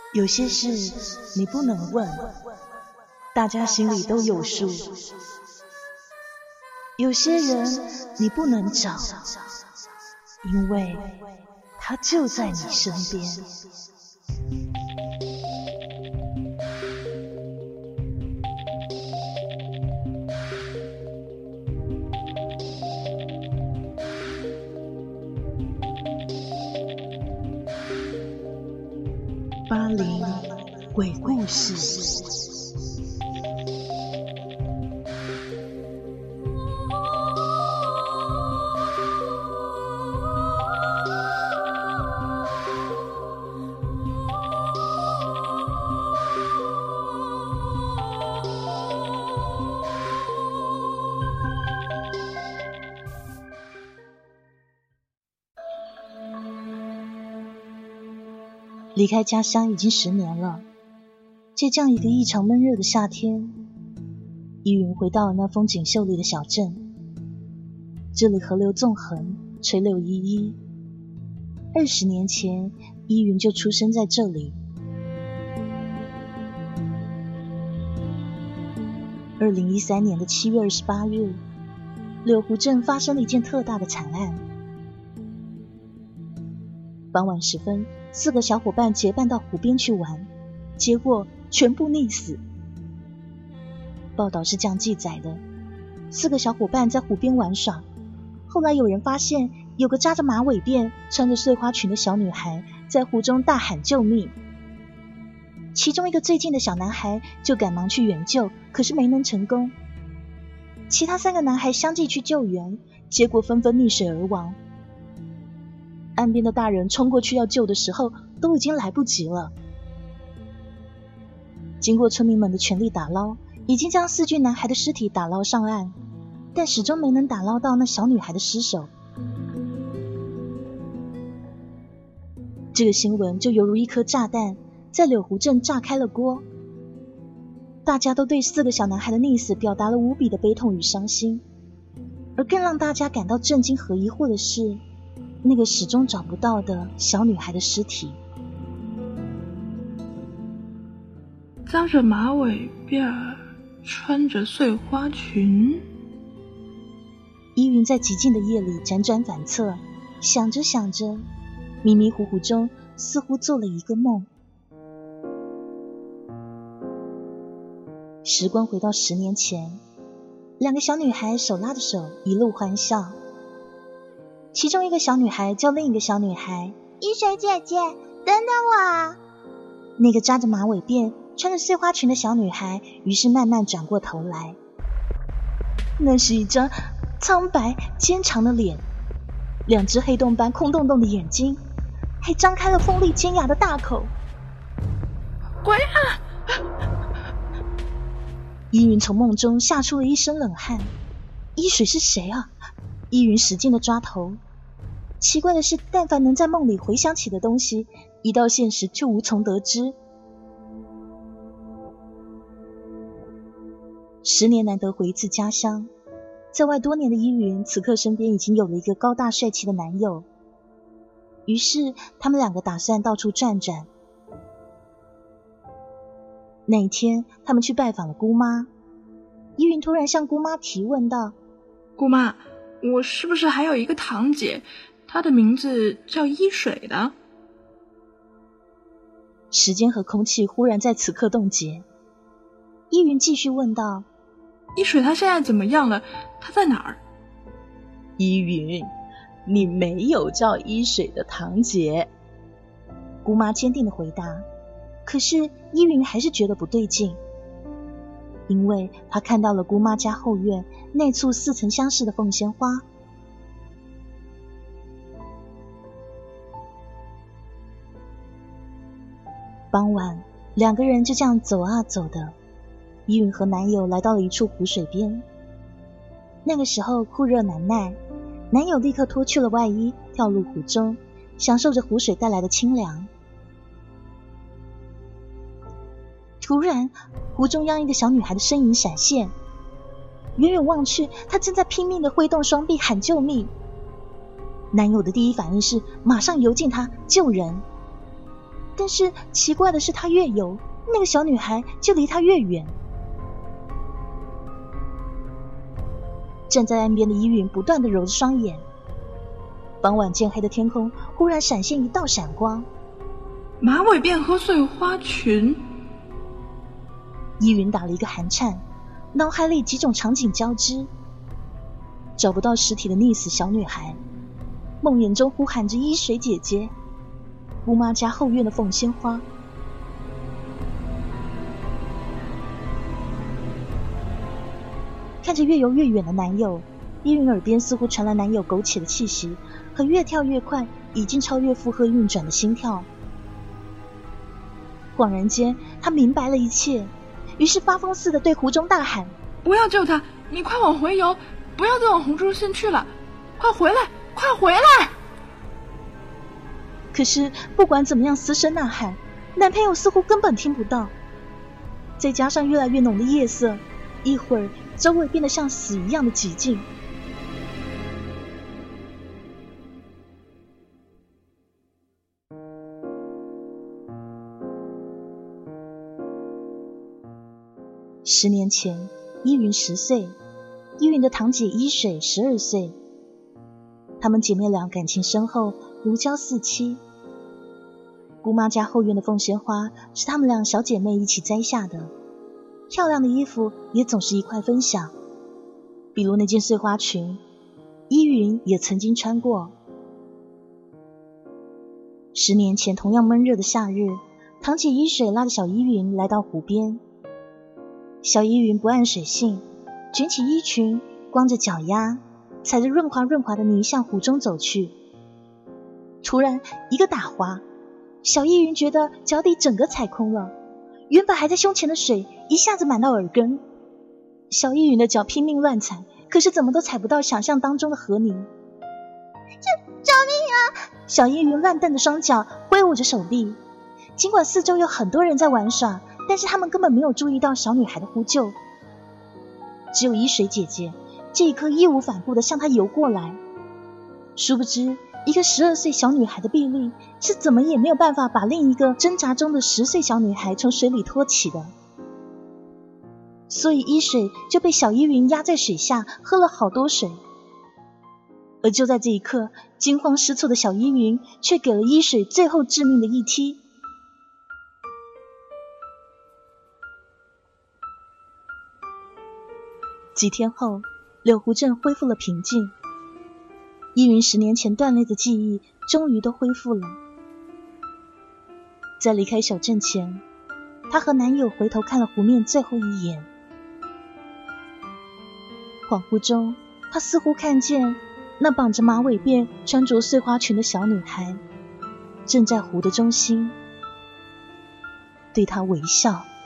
有些事你不能问，大家心里都有数；有些人你不能找，因为他就在你身边。巴黎鬼故事。离开家乡已经10年了，在这样一个异常闷热的夏天，依云回到了那风景秀丽的小镇。这里河流纵横，垂柳依依。20年前，依云就出生在这里。2013年的7月28日，柳湖镇发生了一件特大的惨案。傍晚时分，4个小伙伴结伴到湖边去玩，结果全部溺死。报道是这样记载的：4个小伙伴在湖边玩耍，后来有人发现有个扎着马尾辫、穿着碎花裙的小女孩在湖中大喊救命。其中一个最近的小男孩就赶忙去援救，可是没能成功。其他3个男孩相继去救援，结果纷纷溺水而亡。岸边的大人冲过去要救的时候，都已经来不及了。经过村民们的全力打捞，已经将4具男孩的尸体打捞上岸，但始终没能打捞到那小女孩的尸首。这个新闻就犹如一颗炸弹，在柳湖镇炸开了锅。大家都对4个小男孩的溺死表达了无比的悲痛与伤心，而更让大家感到震惊和疑惑的是，那个始终找不到的小女孩的尸体。 扎着马尾辫，穿着碎花裙。 依云在寂静的夜里辗转反侧，想着想着，迷迷糊糊中似乎做了一个梦。时光回到10年前，2个小女孩手拉着手，一路欢笑。其中一个小女孩叫另一个小女孩：“ 依水姐姐，等等我。” 那个扎着马尾辫、穿着碎花裙的小女孩于是慢慢转过头来。那是一张苍白坚长的脸，2只黑洞般空洞洞的眼睛，还张开了锋利尖牙的大口。 鬼啊！ 依云从梦中吓出了一身冷汗。依水是谁啊？依云使劲的抓头。奇怪的是，但凡能在梦里回想起的东西，一到现实就无从得知。10年难得回一次家乡，在外多年的依云此刻身边已经有了一个高大帅气的男友，于是他们2个打算到处转转。那一天他们去拜访了姑妈，依云突然向姑妈提问道：“ 姑妈，我是不是还有一个堂姐，她的名字叫依水的？” 时间和空气忽然在此刻冻结。依云继续问道：“ 依水她现在怎么样了？她在哪儿？” 依云，你没有叫依水的堂姐。 姑妈坚定地回答。可是依云还是觉得不对劲，因为她看到了姑妈家后院那簇似曾相识的凤仙花。傍晚，2个人就这样走啊走的，依云和男友来到了一处湖水边。那个时候酷热难耐，男友立刻脱去了外衣，跳入湖中，享受着湖水带来的清凉。突然，湖中央一个小女孩的身影闪现，远远望去，她正在拼命地挥动双臂喊救命。男友的第一反应是马上游进她救人， 但是奇怪的是，他越游，那个小女孩就离他越远。站在岸边的依云不断地揉着双眼，傍晚渐黑的天空忽然闪现一道闪光。 马尾辫和碎花裙。 依云打了一个寒颤，脑海里几种场景交织，找不到尸体的溺死小女孩，梦魇中呼喊着依水姐姐，姑妈家后院的凤仙花。看着越游越远的男友，依云耳边似乎传来男友苟且的气息和越跳越快，已经超越负荷运转的心跳。恍然间，他明白了一切，于是发疯似的对湖中大喊： 不要救他，你快往回游，不要再往红珠线去了，快回来，快回来！ 可是不管怎么样嘶声呐喊，男朋友似乎根本听不到。再加上越来越浓的夜色，一会儿周围变得像死一样的寂静。10年前，依云10岁，依云的堂姐依水12岁。她们姐妹俩感情深厚，如胶似漆。姑妈家后院的凤仙花是她们俩小姐妹一起摘下的，漂亮的衣服也总是一块分享。比如那件碎花裙，依云也曾经穿过。10年前同样闷热的夏日，堂姐依水拉着小依云来到湖边。小依云不谙水性，卷起衣裙，光着脚丫，踩着润滑润滑的泥向湖中走去。突然一个打滑，小依云觉得脚底整个踩空了，原本还在胸前的水一下子满到耳根。小依云的脚拼命乱踩，可是怎么都踩不到想象当中的河泥。救命啊！小依云乱蹬着双脚，挥舞着手臂。尽管四周有很多人在玩耍，但是他们根本没有注意到小女孩的呼救。只有依水姐姐这一刻义无反顾地向她游过来。殊不知一个12岁小女孩的臂力是怎么也没有办法把另一个挣扎中的10岁小女孩从水里拖起的。所以依水就被小依云压在水下喝了好多水。而就在这一刻，惊慌失措的小依云却给了依水最后致命的一踢。几天后，柳湖镇恢复了平静。依云10年前断裂的记忆终于都恢复了。在离开小镇前，她和男友回头看了湖面最后一眼。恍惚中，她似乎看见那绑着马尾辫、穿着碎花裙的小女孩，正在湖的中心对她微笑。